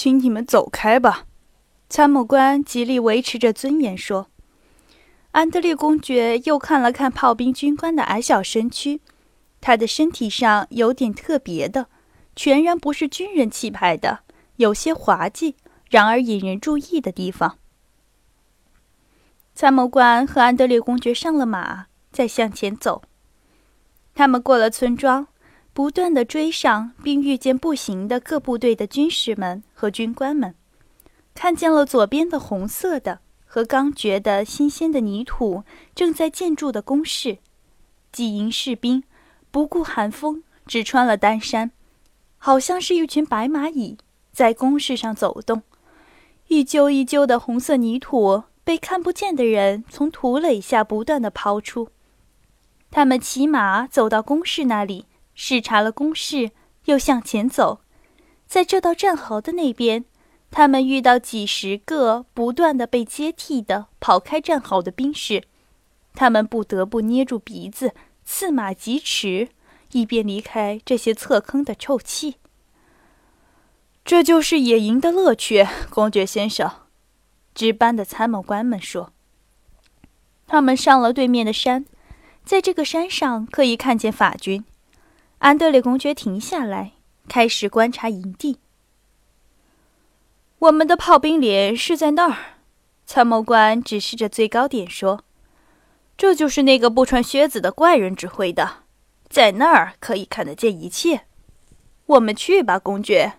请你们走开吧。参谋官极力维持着尊严说。安德烈公爵又看了看炮兵军官的矮小身躯，他的身体上有点特别的，全然不是军人气派的，有些滑稽，然而引人注意的地方。参谋官和安德烈公爵上了马，再向前走。他们过了村庄，不断地追上，并遇见步行的各部队的军士们和军官们，看见了左边的红色的和刚掘的新鲜的泥土正在建筑的工事，几营士兵不顾寒风，只穿了单衫，好像是一群白蚂蚁在工事上走动。一揪一揪的红色泥土被看不见的人从土垒下不断地抛出。他们骑马走到工事那里，视察了工事，又向前走。在这道战壕的那边，他们遇到几十个不断地被接替的跑开战壕的兵士，他们不得不捏住鼻子，刺马疾驰，以便离开这些侧坑的臭气。这就是野营的乐趣，公爵先生，值班的参谋官们说。他们上了对面的山，在这个山上可以看见法军。安德烈公爵停下来，开始观察营地。我们的炮兵连是在那儿，参谋官指示着最高点说。这就是那个不穿靴子的怪人指挥的，在那儿可以看得见一切。我们去吧，公爵。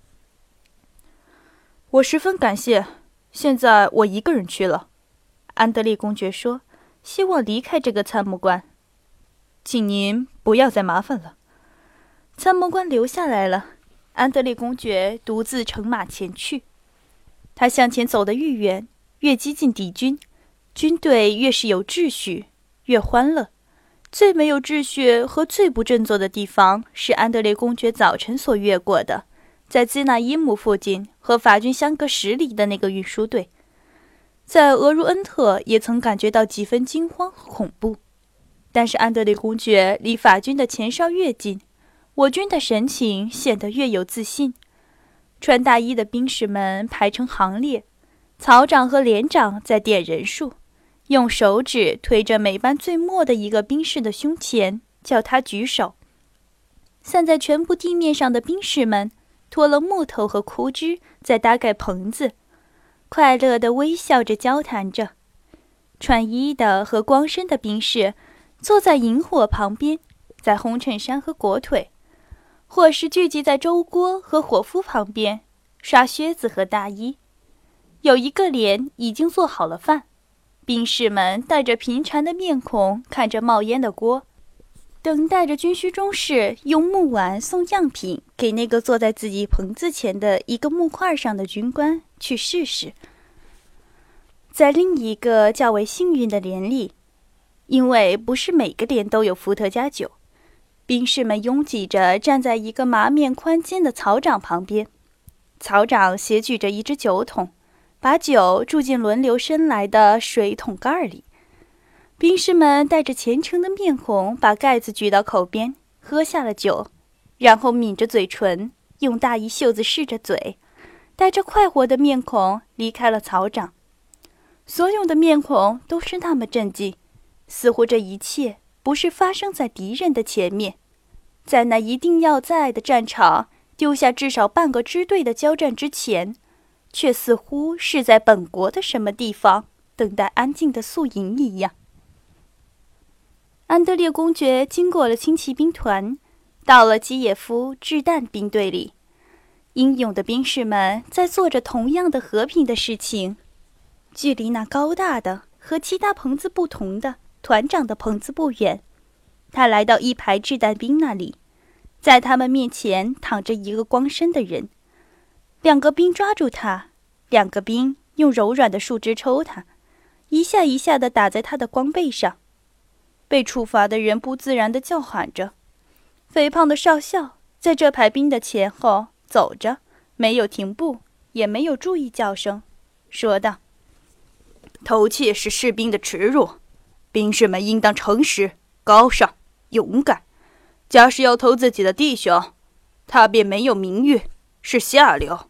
我十分感谢，现在我一个人去了，安德烈公爵说，希望离开这个参谋官。请您不要再麻烦了。参谋官留下来了，安德烈公爵独自乘马前去。他向前走得越远，越接近敌军，军队越是有秩序，越欢乐。最没有秩序和最不振作的地方是安德烈公爵早晨所越过的，在兹纳伊姆附近和法军相隔10里的那个运输队。在俄茹恩特也曾感觉到几分惊慌和恐怖，但是安德烈公爵离法军的前哨越近，我军的神情显得越有自信。穿大衣的兵士们排成行列，曹长和连长在点人数，用手指推着每班最末的一个兵士的胸前，叫他举手。散在全部地面上的兵士们拖了木头和枯枝，在搭盖棚子，快乐地微笑着交谈着。穿衣的和光身的兵士坐在营火旁边，在红衬衫和裹腿，或是聚集在粥锅和火夫旁边，刷靴子和大衣。有一个连已经做好了饭，兵士们带着平常的面孔看着冒烟的锅，等待着军需中士用木碗送样品给那个坐在自己棚子前的一个木块上的军官去试试。在另一个较为幸运的连里，因为不是每个连都有伏特加酒，兵士们拥挤着站在一个麻面宽肩的曹长旁边，曹长斜举着一只酒桶，把酒注进轮流伸来的水桶盖里。兵士们带着虔诚的面孔把盖子举到口边，喝下了酒，然后抿着嘴唇，用大衣袖子试着嘴，带着快活的面孔离开了曹长。所有的面孔都是那么镇静，似乎这一切不是发生在敌人的前面，在那一定要在的战场丢下至少半个支队的交战之前，却似乎是在本国的什么地方等待安静的宿营一样。安德烈公爵经过了轻骑兵团，到了基耶夫掷弹兵队里。英勇的兵士们在做着同样的和平的事情。距离那高大的和其他棚子不同的团长的棚子不远，他来到一排掷弹兵那里，在他们面前躺着一个光身的人。2个兵抓住他，2个兵用柔软的树枝抽他，一下一下地打在他的光背上。被处罚的人不自然地叫喊着。肥胖的少校在这排兵的前后走着，没有停步，也没有注意叫声，说道：偷窃是士兵的耻辱，兵士们应当诚实、高尚、勇敢。假使要偷自己的弟兄，他便没有名誉，是下流、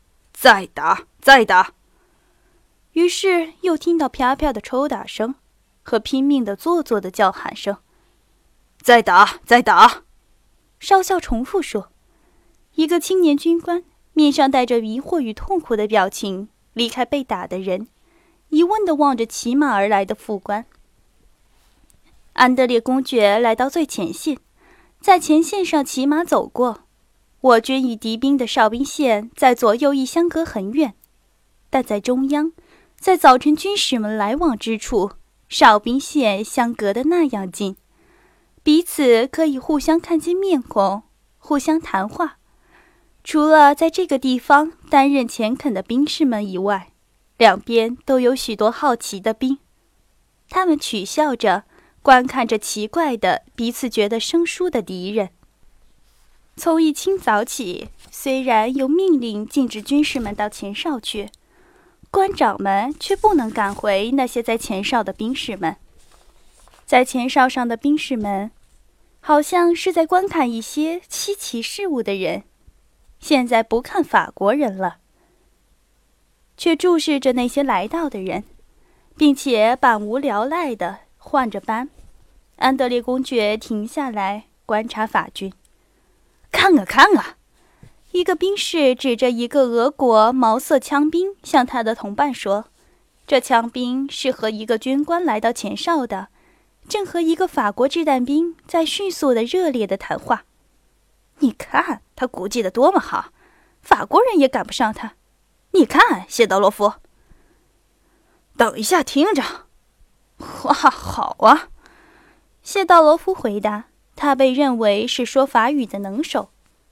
再打，再打！ 于是又听到啪啪的抽打声和拼命的做作的叫喊声。 再打，再打！ 少校重复说。一个青年军官面上带着疑惑与痛苦的表情，离开被打的人，疑问地望着骑马而来的副官。安德烈公爵来到最前线，在前线上骑马走过。我军与敌兵的哨兵线在左右翼相隔很远，但在中央，在早晨军士们来往之处，哨兵线相隔得那样近，彼此可以互相看见面孔，互相谈话。除了在这个地方担任前肯的兵士们以外，两边都有许多好奇的兵，他们取笑着观看着奇怪的彼此觉得生疏的敌人。从一清早起，虽然有命令禁止军士们到前哨去，官长们却不能赶回那些在前哨的兵士们。在前哨上的兵士们好像是在观看一些稀奇事物的人，现在不看法国人了，却注视着那些来到的人，并且百无聊赖地换着班。安德烈公爵停下来观察法军。看啊看啊！一个兵士指着一个俄国毛瑟枪兵向他的同伴说，这枪兵是和一个军官来到前哨的，正和一个法国掷弹兵在迅速的热烈的谈话。你看他估计的多么好，法国人也赶不上他。你看谢德罗夫。 等一下听着。 哇，好啊！谢道罗夫回答，他被认为是说法语的能手。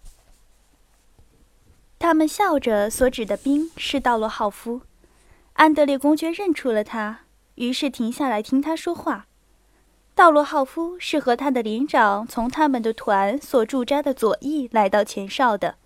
他们笑着所指的兵是道罗浩夫。安德烈公爵认出了他，于是停下来听他说话。道罗浩夫是和他的连长从他们的团所驻扎的左翼来到前哨的。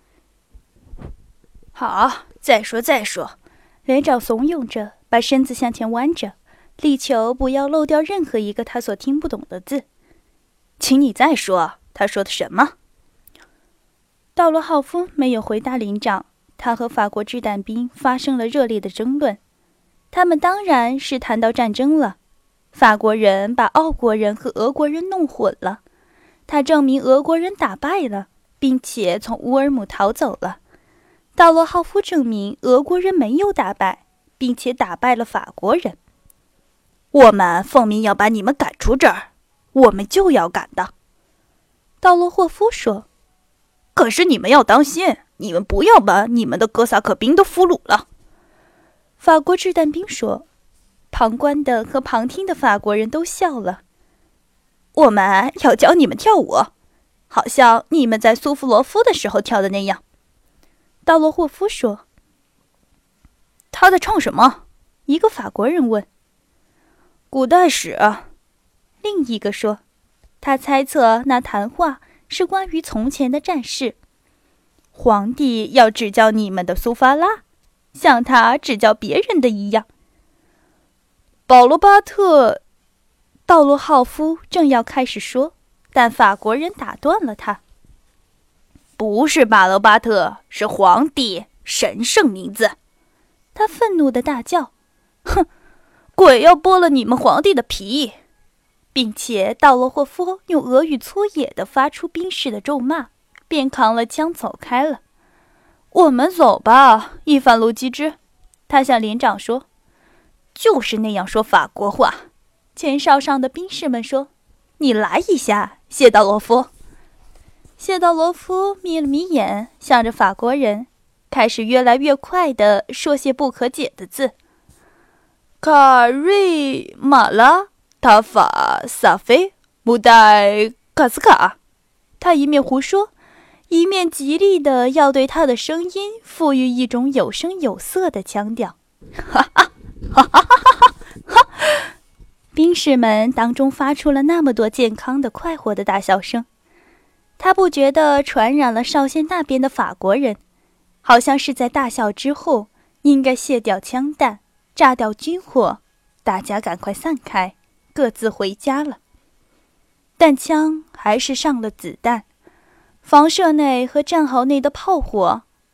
好，再说再说。 连长怂恿着，把身子向前弯着，力求不要漏掉任何一个他所听不懂的字。 请你再说，他说的什么？ 道罗浩夫没有回答连长，他和法国掷弹兵发生了热烈的争论。他们当然是谈到战争了。法国人把奥国人和俄国人弄混了，他证明俄国人打败了，并且从乌尔姆逃走了。道罗浩夫证明俄国人没有打败，并且打败了法国人。 我们奉命要把你们赶出这儿，我们就要赶的。 道罗霍夫说。 可是你们要当心，你们不要把你们的哥萨克兵都俘虏了。 法国掷弹兵说。旁观的和旁听的法国人都笑了。 我们要教你们跳舞，好像你们在苏弗罗夫的时候跳的那样。 道罗霍夫说。 他在唱什么？ 一个法国人问。 古代史。 另一个说。他猜测那谈话是关于从前的战事。皇帝要指教你们的苏发拉，像他指教别人的一样。 保罗巴特， 道罗浩夫正要开始说，但法国人打断了他。 不是巴罗巴特，是皇帝，神圣名字。 他愤怒地大叫： 哼，鬼要剥了你们皇帝的皮！ 并且道罗霍夫用俄语粗野地发出兵士的咒骂，便扛了枪走开了。 我们走吧，伊凡卢基之。 他向连长说。就是那样说法国话。前哨上的兵士们说。 你来一下，谢道罗夫。 谢道罗夫眯了眯眼，向着法国人开始越来越快地说些不可解的字。 卡瑞马拉塔法萨菲穆代卡斯卡。 他一面胡说，一面极力地要对他的声音赋予一种有声有色的腔调。 哈哈哈哈哈哈！ 兵士们当中发出了那么多健康的快活的大笑声。他不觉得传染了哨线那边的法国人，好像是在大笑之后应该卸掉枪弹，炸掉军火，大家赶快散开，各自回家了。但枪还是上了子弹，房舍内和战壕内的炮火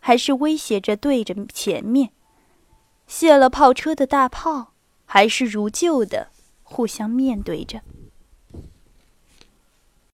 还是威胁着对着前面。卸了炮车的大炮还是如旧的互相面对着。